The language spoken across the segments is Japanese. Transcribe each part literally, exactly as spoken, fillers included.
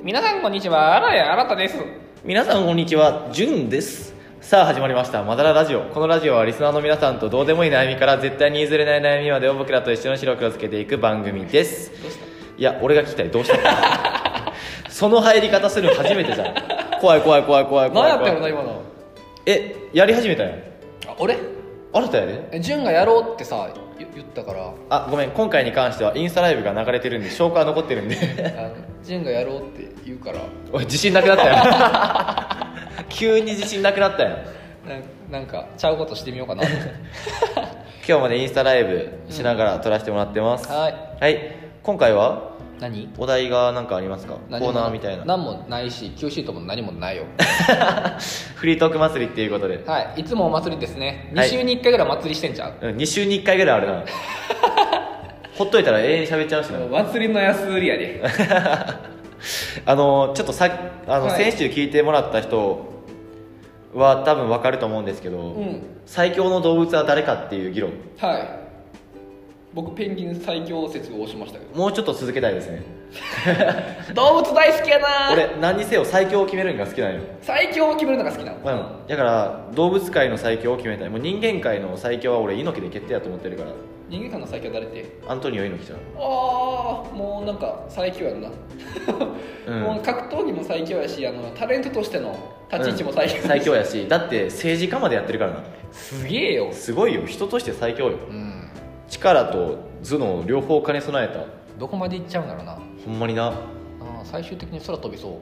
皆さんこんにちは、荒谷新です。 皆さんこんにちは、じゅんです。さあ始まりましたまだらラジオ。このラジオはリスナーの皆さんとどうでもいい悩みから絶対に譲れない悩みまでを僕らと一緒に白黒つけていく番組です。 どうした？ いや俺が聞きたい。どうしたその入り方するの初めてじゃん。怖い怖い怖い怖い怖い。 何やったよな今の。 え、やり始めたやん。 あ、俺新たやで。 え、潤がやろうってさ言言ったから、 あ、ごめん、今回に関してはインスタライブが流れてるんで証拠は残ってるんであの潤がやろうって言うからおい、自信なくなったよ急に自信なくなったよ。 な, なんかちゃうことしてみようかな今日までインスタライブしながら撮らせてもらってます、 うん、はい、 はい、今回は何お題が何かありますか？コーナーみたいな。 何もないし Q シートも何もないよフリートーク祭りっていうことで、 はい、いつもお祭りですね。 はい、 に週にいっかいぐらい祭りしてんちゃう？ うん、に週にいっかいぐらいあるなほっといたら永遠に喋っちゃうしな祭りの安売りやであのちょっとさあの、はい、先週聞いてもらった人は多分分かると思うんですけど、うん、最強の動物は誰かっていう議論。 はい、僕ペンギン最強説を推しましたけど、 もうちょっと続けたいですね動物大好きやな。 俺何にせよ最強を決めるのが好きなんよ。 最強を決めるのが好きなの。 うん、だから動物界の最強を決めたい。もう人間界の最強は俺猪木で決定やと思ってるから。 人間界の最強誰って？ アントニオ猪木ちゃん。 ああ、もうなんか最強やんな、うん、もう格闘技も最強やし、あのタレントとしての立ち位置も最強、うん、 最強やし、だって政治家までやってるからな。 すげえよ。 すごいよ、人として最強よ、 うん、 力と頭脳両方兼ね備えた。 どこまで行っちゃうんだろうな。 ほんまにな。あ、 最終的に空飛びそう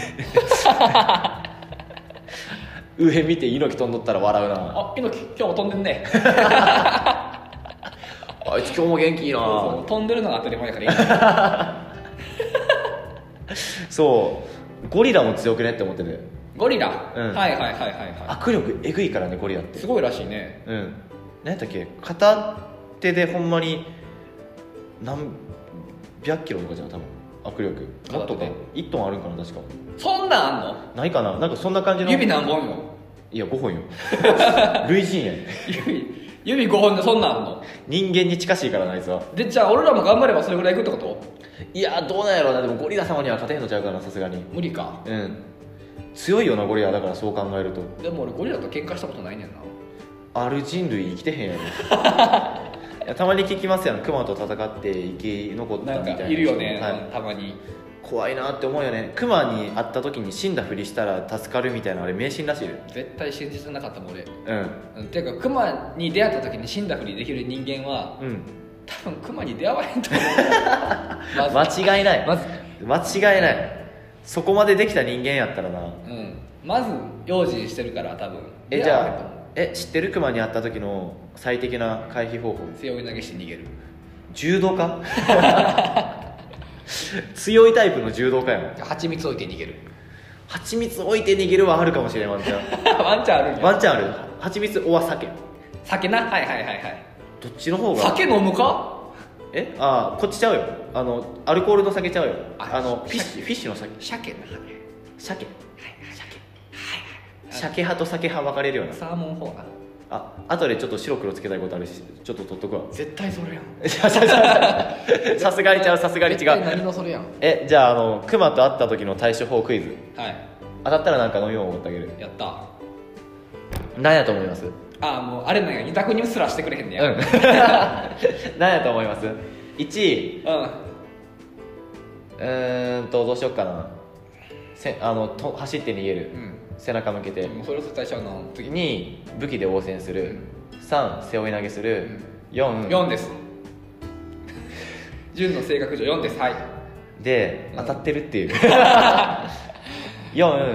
上見て猪木飛んどったら笑うな。 あ、猪木今日も飛んでんねあいつ今日も元気いいな。 そうそう、飛んでるのが当たり前やからそうゴリラも強くねって思ってて。 ゴリラ、うん、はいはいはいはいはい。 握力えぐいからね、ゴリラってすごいらしいね。 うん、何やったっけ、片手でほんまに何百キロとかじゃん多分握力。もっとかいっトンあるんかな確か。 そんなんあんの？ ないかな、なんかそんな感じの。 指何本よ？ いやごほんよ類人やん指指ごほんでそんなんあんの？ 人間に近しいからなあいつは。 で、じゃあ俺らも頑張ればそれぐらいいくってこと？ いやどうなんやろうな。でもゴリラ様には勝てんのちゃうかな、さすがに。無理か。 うん、強いよなゴリラ。だからそう考えると。 でも俺ゴリラと喧嘩したことないねんな。 ある人類生きてへんやろいやたまに聞きますやん、クマと戦って生き残ったみたいな。 なんかいるよね、 はい、 たまに。 怖いなって思うよね。クマに会った時に死んだふりしたら助かるみたいな、あれ迷信らしいよ。 絶対信じてなかったもん俺。 うん、 ていうかクマに出会った時に死んだふりできる人間は、うん、多分クマに出会わへんと思うま間違いない、 まず間違いない。そこまでできた人間やったらな、うん、 まず用心してるから多分。 え、じゃあえ知ってる？クマに会った時の最適な回避方法。 背負い投げして逃げる。 柔道家強いタイプの柔道家やん。 蜂蜜置いて逃げる。 蜂蜜置いて逃げるはあるかもしれん。ワンチャンワンチャンあるんや。 ワンチャンある。蜂蜜おは酒。 酒な、はいはいはいはい。 どっちの方が。 酒飲むか？ え、あ、こっちちゃうよ。あのアルコールの酒ちゃうよ。あのフィッシュフィッシュの酒。 鮭な。 鮭。鮭派と酒派分かれるような。 サーモン法な。 あ、後でちょっと白黒つけたいことあるし、ちょっと取っとくわ。 絶対それやんさすがにちゃう、さすがに違う。 何のそれやん。 え、じゃあ、あのクマと会った時の対処法クイズ。 はい。 当たったらなんか飲み物持ってあげる。 やった。 何やと思います？ あ、もうあれなんや、二択にすらしてくれへんねや。うん何やと思います？いちい、うん、うーんとどうしよっかな。せあのと走って逃げる、うん、背中向けて。 もうそれを絶対しちゃうの。 次に武器で応戦する、うん、さん背負い投げする、うん、よんよんです純の性格上よんです。はい。 で、うん、当たってるっていうよん、うん、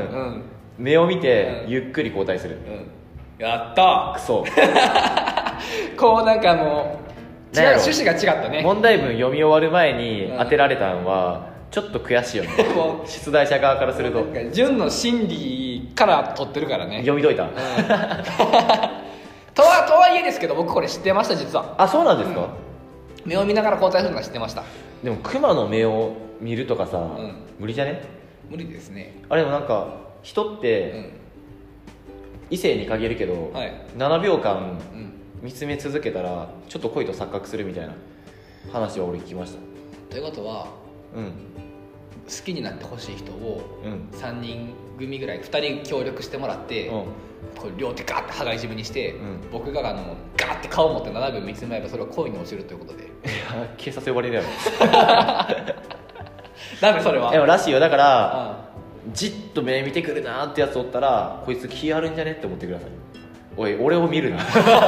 目を見て、うん、ゆっくり交代する、 うん、やったクソこうなんかもう違う、趣旨が違ったね。 問題文読み終わる前に当てられたのは、うんちょっと悔しいよね出題者側からすると。 純の心理から取ってるからね。 読み解いた、うん、 とはとはいえですけど、僕これ知ってました実は。 あ、そうなんですか、うん、 目を見ながら交代するのは知ってました。 でもクマの目を見るとかさ、うん、無理じゃね？ 無理ですね。 あれもなんか人って、うん、異性に限るけど、はい、ななびょうかん見つめ続けたらちょっと恋と錯覚するみたいな話は俺聞きました。 ということは、 うん、 好きになってほしい人をうんさんにん組ぐらいふたり協力してもらって、 うんこれ両手ガーって羽交い締めにして、 うん僕があのガーって顔を持ってななびょう見つめればそれは恋に落ちるということで。 いや警察呼ばれるやろダメそれは。 でもらしいよ。だからあじっと目見てくるなーってやつおったらこいつ気あるんじゃねって思ってください。おい俺を見るな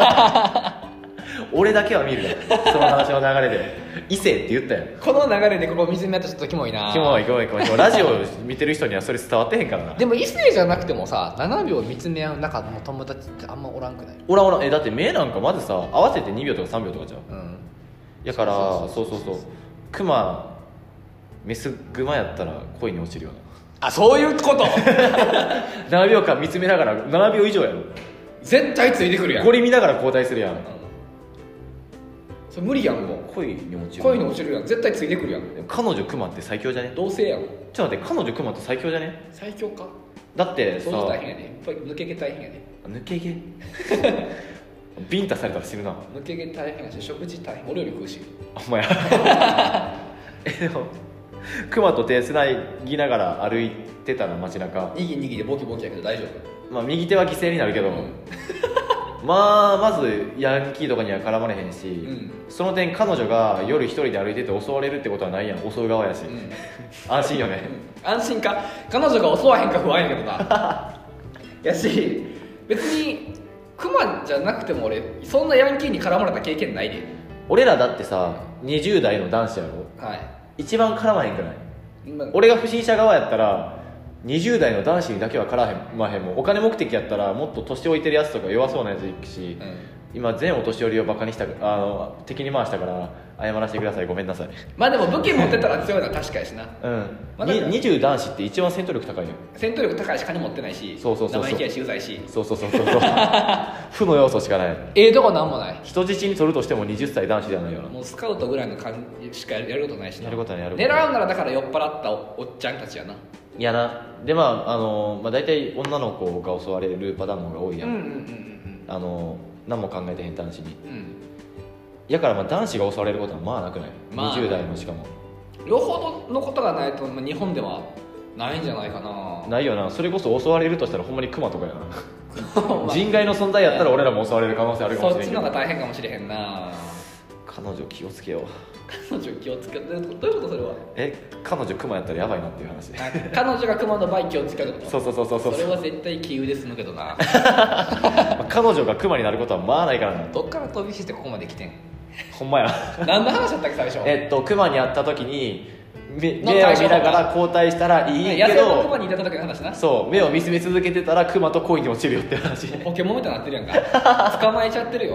俺だけは見るな。その話の流れで異性って言ったよ。 この流れでここ見つめ合ったらちょっとキモいな。 キモいキモいキモい。ラジオ見てる人にはそれ伝わってへんからな。 でも異性じゃなくてもさななびょう見つめ合う中の友達ってあんまおらんくない？ おらんおらん。えだって目なんかまずさ合わせてにびょうとかさんびょうとかじゃん。 うんやからそそそそそううそううそううクマメスグマやったら恋に落ちるよあそういうことななびょうかん見つめながらななびょう以上やろ。 絶対ついてくるやん。 ゴリ見ながら交代するやん。 それ無理やんもう。 恋に落ちる。 恋に落ちるやん。絶対ついてくるやん。 彼女クマって最強じゃね？ 同性やん。 ちょっと待って彼女クマって最強じゃね？ 最強か。 だってさそう大変やで。やっぱり抜け毛大変やで。 抜け毛ビンタされたら死ぬな。 抜け毛大変やし食事大変。俺より食うし。 あんまやえでもクマと手つなぎながら歩いてたら街中にぎにぎでボキボキやけど大丈夫。 まあ右手は犠牲になるけど、 うんまあまずヤンキーとかには絡まれへんし、 うんその点彼女が夜一人で歩いてて襲われるってことはないやん。襲う側やし、 うん安心よね安心か。彼女が襲わへんか不安やけどなやし別にクマじゃなくても俺そんなヤンキーに絡まれた経験ないで。 俺らだってさにじゅう代の男子やろ。 はい。 一番絡まへんくない？ まあ俺が不審者側やったらにじゅう代の男子にだけは絡まへんもん。お金目的やったらもっと年老いてるやつとか弱そうなやついくし、 うん今全お年寄りをバカにしたあの敵に回したから謝らせてください、ごめんなさい。 まあでも武器持ってたら強いのは確かやしな。 うん、 まあだからににじゅう男子って一番戦闘力高いよ。 戦闘力高いし金持ってないしそうそうそうそう生意気やしうざいしそうそうそうそうそう負の要素しかない。 ええとこなんもない。 人質に取るとしてもはたち男子じゃないよな。 もうスカウトぐらいの感じしかやることないしな。 やることないやることない狙うならだから酔っ払ったおおっちゃんたちやな。 いやな。でまああの、まあ、大体女の子が襲われるパターンの方が多いやん、 うんうんうんあの何も考えてへん男子に。 うんうんやからまあ男子が襲われることはまあなくない、 まあにじゅう代のしかもよほどのことがないと、まあ、日本ではないんじゃないかな。 ないよな。それこそ襲われるとしたらほんまにクマとかやなまあ人外の存在やったら俺らも襲われる可能性あるかもしれんけど。 そっちの方が大変かもしれへんな。 彼女気をつけよう。 彼女気をつけてどういうことそれは。 え彼女クマやったらやばいなっていう話あ彼女が熊の場合気をつけること。 そうそうそうそうそうそれは絶対気腕すむけどな彼女がクマになることはまあないからな。 どっから飛び火してここまで来てん。 ほんまや何の話だったっけ最初。 えっとクマに会った時に目の目を見ながら交代したらいいけ野生の熊ど、 にいた時の話な。 そう目を見つめ続けてたらクマと恋に落ちるよって話ポケモンみたいになってるやんか捕まえちゃってるよ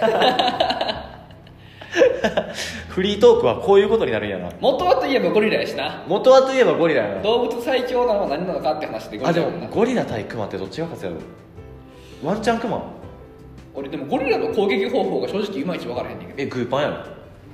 フリートークはこういうことになるんやな。 元はといえばゴリラやしな。 元はといえばゴリラやな。 動物最強なのは何なのかって話でゴあでリラやもんな。 もゴリラ対クマってどっちが勝つやろ。ワンチャンクマ。 俺でもゴリラの攻撃方法が正直いまいち分からへんねんけえグーパンやろ。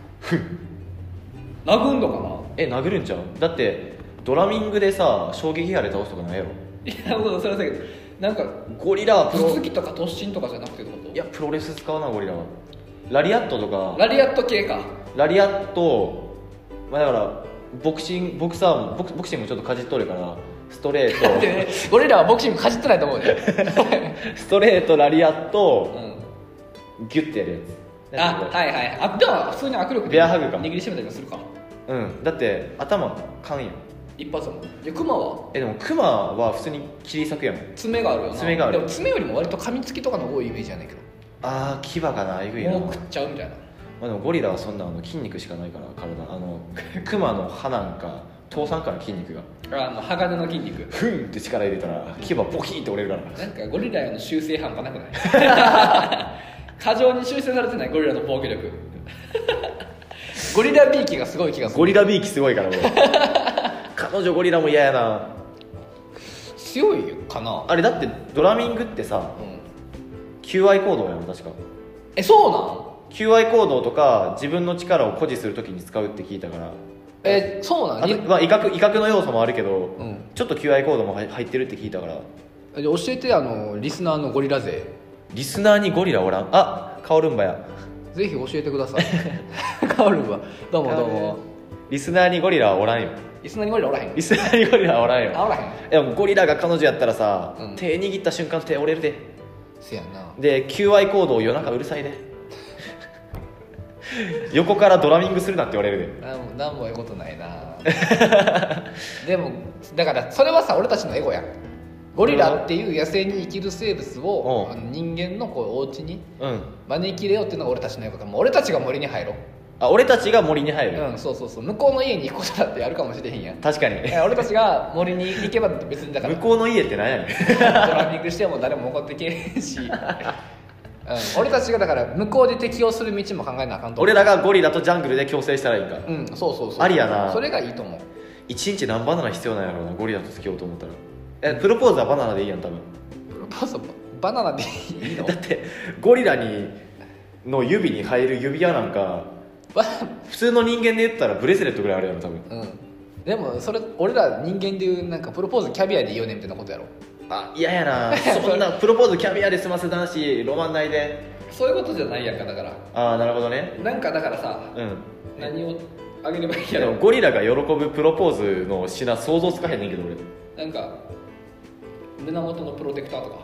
ど殴んのかな。 え殴るんちゃう。だってドラミングでさ衝撃波で倒すとかないやろ。 いやそうそれだけどなんかゴリラはプロ頭突きとか突進とかじゃなくてってこと。 いやプロレス使うなゴリラは。ラリアットとかラリアット系か。 ラリアット、まあ、だからボクシングボクサーもボクボクシングもちょっとかじっとるからストレーでねゴリラはボクシングかじってないと思うねトストレートラリアット、 うんギュッてやるやつ。 あはいはいあでも普通に握力でベアハグか握りしめたりもするか。 うんだって頭かんやん。 一発もでクマはえでもクマは普通に切り裂くやん。 爪があるよな。 爪があるでも爪よりも割と噛みつきとかの多いイメージやねんけどあー牙かなえぐいな。 もう食っちゃうみたいな。 まあ、でもゴリラはそんなあの筋肉しかないから体あのクマの歯なんか倒産から筋肉があの鋼の筋肉フンって力入れたら牙ボキーって折れるからなんかゴリラへの修正半端なくない過剰に修正されてないゴリラの防御力ゴリラビーキがすごい気がする。 ゴリラビーキすごいから俺彼女ゴリラも嫌やな。 強いかな。 あれだってドラミングってさうん、 求愛行動やろ確か。 えそうなん求愛行動とか自分の力を誇示するときに使うって聞いたからえそうなんあと、まあ、威嚇威嚇の要素もあるけど、 うんちょっと求愛行動も入入ってるって聞いたから。 で教えてあのリスナーのゴリラ勢リスナーにゴリラおらん。あカオルンバや。 ぜひ教えてくださいカオルンはどうもどうも。 リスナーにゴリラはおらんよ。 い椅子なりゴリラおらへん椅子なりゴリラはおらんよ。 あおらへんでもゴリラが彼女やったらさ、 うん手握った瞬間手折れるで。 せやなで キューアイ コードを夜中うるさいで横からドラミングするなって言われるで。 なんもなんもええことないなでもだからそれはさ俺たちのエゴやん。ゴリラっていう野生に生きる生物を、 うんあの人間のこうお家にうん招き入れようっていうのが俺たちのエゴだからもう俺たちが森に入ろう。 あ俺たちが森に入る、 うんそうそうそう向こうの家に行くことだってやるかもしれへんやん。 確かにいや俺たちが森に行けば別にだから向こうの家って何やねんドラミングしても誰も怒ってけえへんし、うん、俺たちがだから向こうで適応する道も考えなあかんと思う。 俺らがゴリラとジャングルで共生したらいいか。 うんそうそうそうありやな。 それがいいと思う。 一日何バナナ必要なんやろうな、ゴリラと付き合おうと思ったら。えプロポーズはバナナでいいやん多分。 プロポーズバナナでいいのだってゴリラにの指に入る指輪なんかば普通の人間で言ったらブレスレットぐらいあるやろ多分。 うんでもそれ俺ら人間でいうなんかプロポーズキャビアでいいよねみたいなことやろ。 あ嫌やなそんなプロポーズキャビアで済ませたしロマンないで。 そういうことじゃないやんか。だからああなるほどね。 なんかだからさうん何をあげればいいやろ。 でもゴリラが喜ぶプロポーズの品想像つかへんねんけど俺。 なんか胸元のプロテクターとか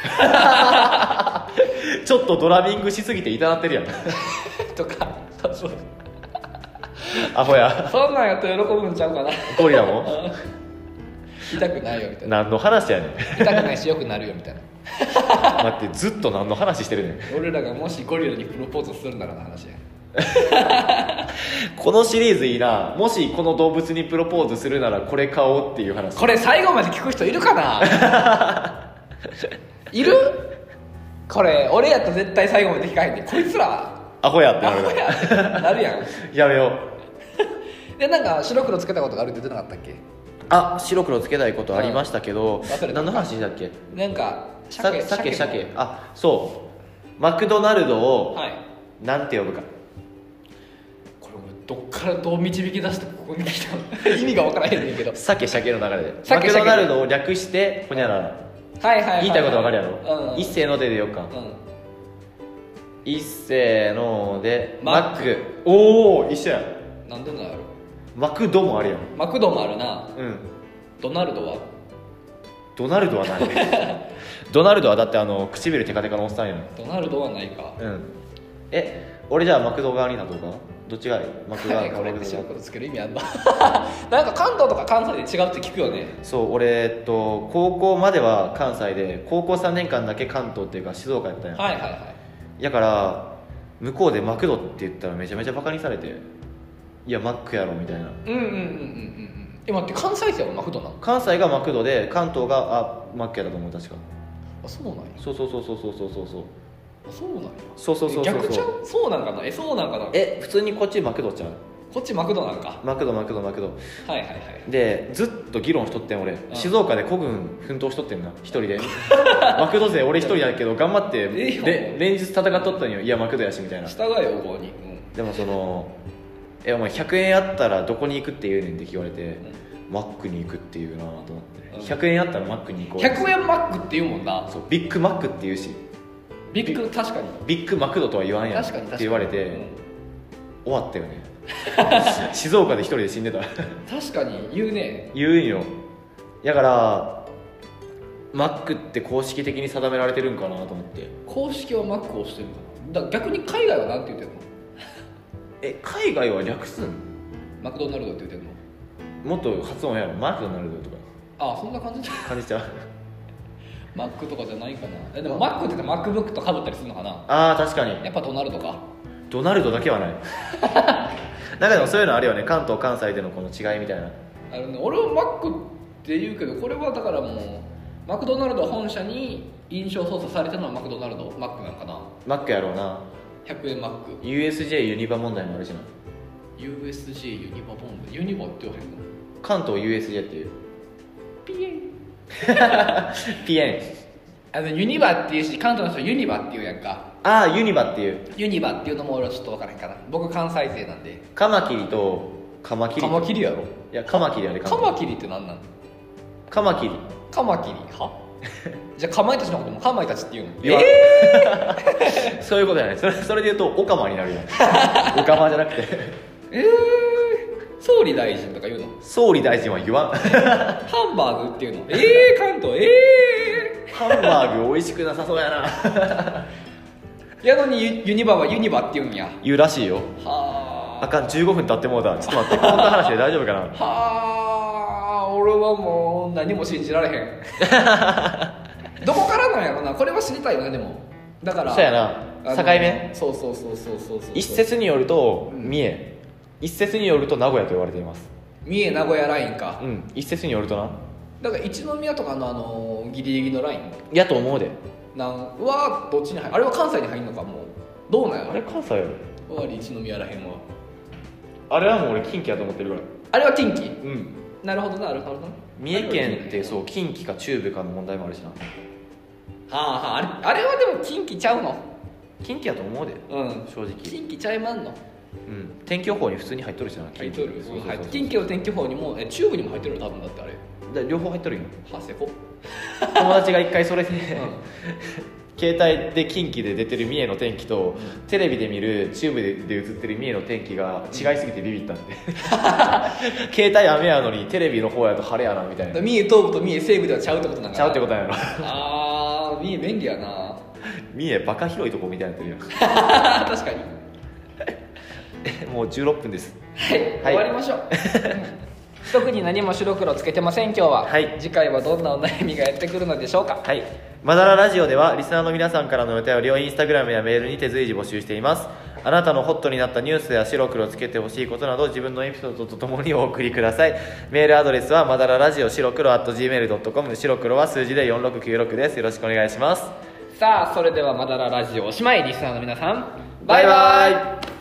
ちょっとドラミングしすぎて痛なってるやんとかそうそうアホやそんなんやったら喜ぶんちゃうかな。 ゴリラも痛くないよみたいな。 何の話やねん痛くないしよくなるよみたいな。 待ってずっと何の話してるねん俺らがもしゴリラにプロポーズするならの話や。 このシリーズいいな。もしこの動物にプロポーズするならこれ買おうっていう話。 これ最後まで聞く人いるかないるこれ俺やったら絶対最後まで聞かへんでこいつらアホやってアなるホやなるやん。 やめよう。 でなんか白黒つけたことがあるって言ってなかったっけ。 あ白黒つけたいことありましたけど、 うん忘れた何の話だっけ。 なんかさ鮭鮭鮭鮭あそうマクドナルドをはいなんて呼ぶか。 これ俺どっからどう導き出してここに来たの意味が分からへんねんけど。 鮭鮭の流れでマ鮭クドナルドを略してほにゃらら。 はいはいはい、はい、 言いたいことわかるやろ、 うんうん、 一斉のででよっか、 うん一斉のでマックおお一緒や。 なんでなんやろ。 マクドもあるやん。 マクドもあるな。 うんドナルドはドナルドはないドナルドはだってあの唇テカテカのおっさんやん。 ドナルドはないか。 うんえ俺じゃあマクド側に立とうか。どっちがいいマクド側かこれマクド側。 って白黒つける意味あんのなんか関東とか関西で違うって聞くよね。 そう俺えっと高校までは関西で高校さんねんかんだけ関東っていうか静岡やったんや、 はいはいはい。 だから向こうでマクドって言ったらめちゃめちゃバカにされていやマックやろみたいな。 うんうんうんうんうんうんえ待って関西生はマクドなの。 関西がマクドで関東があマックやだと思う確か。 あそうなんや。 そうそうそうそうそうそうそうそうあそうなんや。 そうそうそうそう逆ちゃうそうなんかな。えそうなんかな。 え普通にこっちマクドちゃう。 こっちマクドなんか。 マクドマクドマクドはいはいはい。 でずっと議論しとってん俺、 ん静岡で孤軍奮闘しとってんな一人でマクド勢俺一人やけど頑張ってええよで連日戦っとったんよ。いやマクドやしみたいな。 従えよこうに。うんでもそのえお前ひゃくえんあったらどこに行くって言うねんって言われて、マックに行くっていうなと思って、 うんひゃくえんあったらマックに行こう。 ひゃくえんマックって言うもんな。 そうビッグマックって言うしビッグ確かに。 ビッグマクドとは言わんやんって確かに確かに言われて、 うん終わったよね静岡で一人で死んでた確かに言うね。 言うんよ。だからマックって公式的に定められてるんかなと思って。 公式はマックをしてるの。だから逆に海外はなんて言ってんの。 え海外は略すんマクドナルドって言ってんの。 もっと発音やろマクドナルドとかあそんな感じ。 感じちゃうマックとかじゃないかな。えでもマックって言ったら MacBook とかぶったりするのかな。 あー確かにやっぱドナルドか。 ドナルドだけはないなんかでもそういうのあるよね関東関西でのこの違いみたいな。 あのね、俺はマックって言うけどこれはだからもうマクドナルド本社に印象操作されてるのはマクドナルドマックなんかな。 マックやろうな。 ひゃくえんマックユーエスジェー ユニバ問題もあるしな。 ユーエスジェー ユニバボンドユニバって言わへんの。 関東 ユーエスジェー っていうピエンピエンあのユニバっていうし関東の人ユニバって言うやんか。 ああユニバっていうユニバっていうのも俺はちょっと分からへんかな。僕関西勢なんで。 カマキリとカマキリカマキリやろ。 いやカマキリやでカマキリって何なの。 カマキリカマキリはじゃあカマイたちのこともカマイたちって言うの。 いやえそういうことじゃない。それそれで言うとオカマになるやんオカマじゃなくてー、えー、そう理大臣とか言うの？ 総理大臣は言わんハンバーグっていうの？ええー、関東ええー、ハンバーグ美味しくなさそうやなやのにユユニバはユニバって言うんや。 言うらしいよ。 はあかんじゅうごふん経ってもうた。ちょっと待ってこんな話で大丈夫かな。 はあ俺はもう何も信じられへんどこからなんやろな、これは知りたいよね。でもだからそうやな、境目。 そうそうそうそうそうそう。 一説によるとうん三重、一説によると名古屋と言われています。 三重名古屋ラインか。 うん、一説によるとな。 だから一宮とかのあのギリギリのラインやと思うで。 なんはどっちに入る？あれは関西に入るのか？もうどうなんやろ。 あれ関西やろ。 終わり一宮らへんは。 あれはもう俺近畿やと思ってるから。 あれは近畿。 うん、 なるほどなるほどな。 三重県ってそう近畿か中部かの問題もあるしな。 はあはあ、あれあれはでも近畿ちゃうの？ 近畿やと思うで、 うん正直。 近畿ちゃいまんの？ うん天気予報に普通に入っとるしな。 入っとる。 そうそうそうはい近畿の天気予報にもえ中部にも入ってるよ多分。だってあれだ両方入っとるんよ。 はせこ友達が一回それで、 うん携帯で近畿で出てる三重の天気と、うん、テレビで見る中部でで映ってる三重の天気が違いすぎてビビったんで携帯雨やのにテレビの方やと晴れやなみたいな。 三重東部と三重西部ではちゃうってことなんかな。 ちゃうってことなんやろあー三重便利やな三重バカ広いとこみたいになってるやん確かにもうじゅうろっぷんです。 はい、はい、終わりましょう特に何も白黒つけてません今日は。 はい、 次回はどんなお悩みがやってくるのでしょうか。 はい、マダララジオではリスナーの皆さんからのお便りをインスタグラムやメールにて随時募集しています。あなたのホットになったニュースや白黒つけてほしいことなど自分のエピソードとともにお送りください。メールアドレスはマダララジオ白黒 アットジーメールドットコム、 白黒は数字でよんろくきゅうろくです。よろしくお願いします。 さあそれではマダララジオおしまい。リスナーの皆さんバイバイ。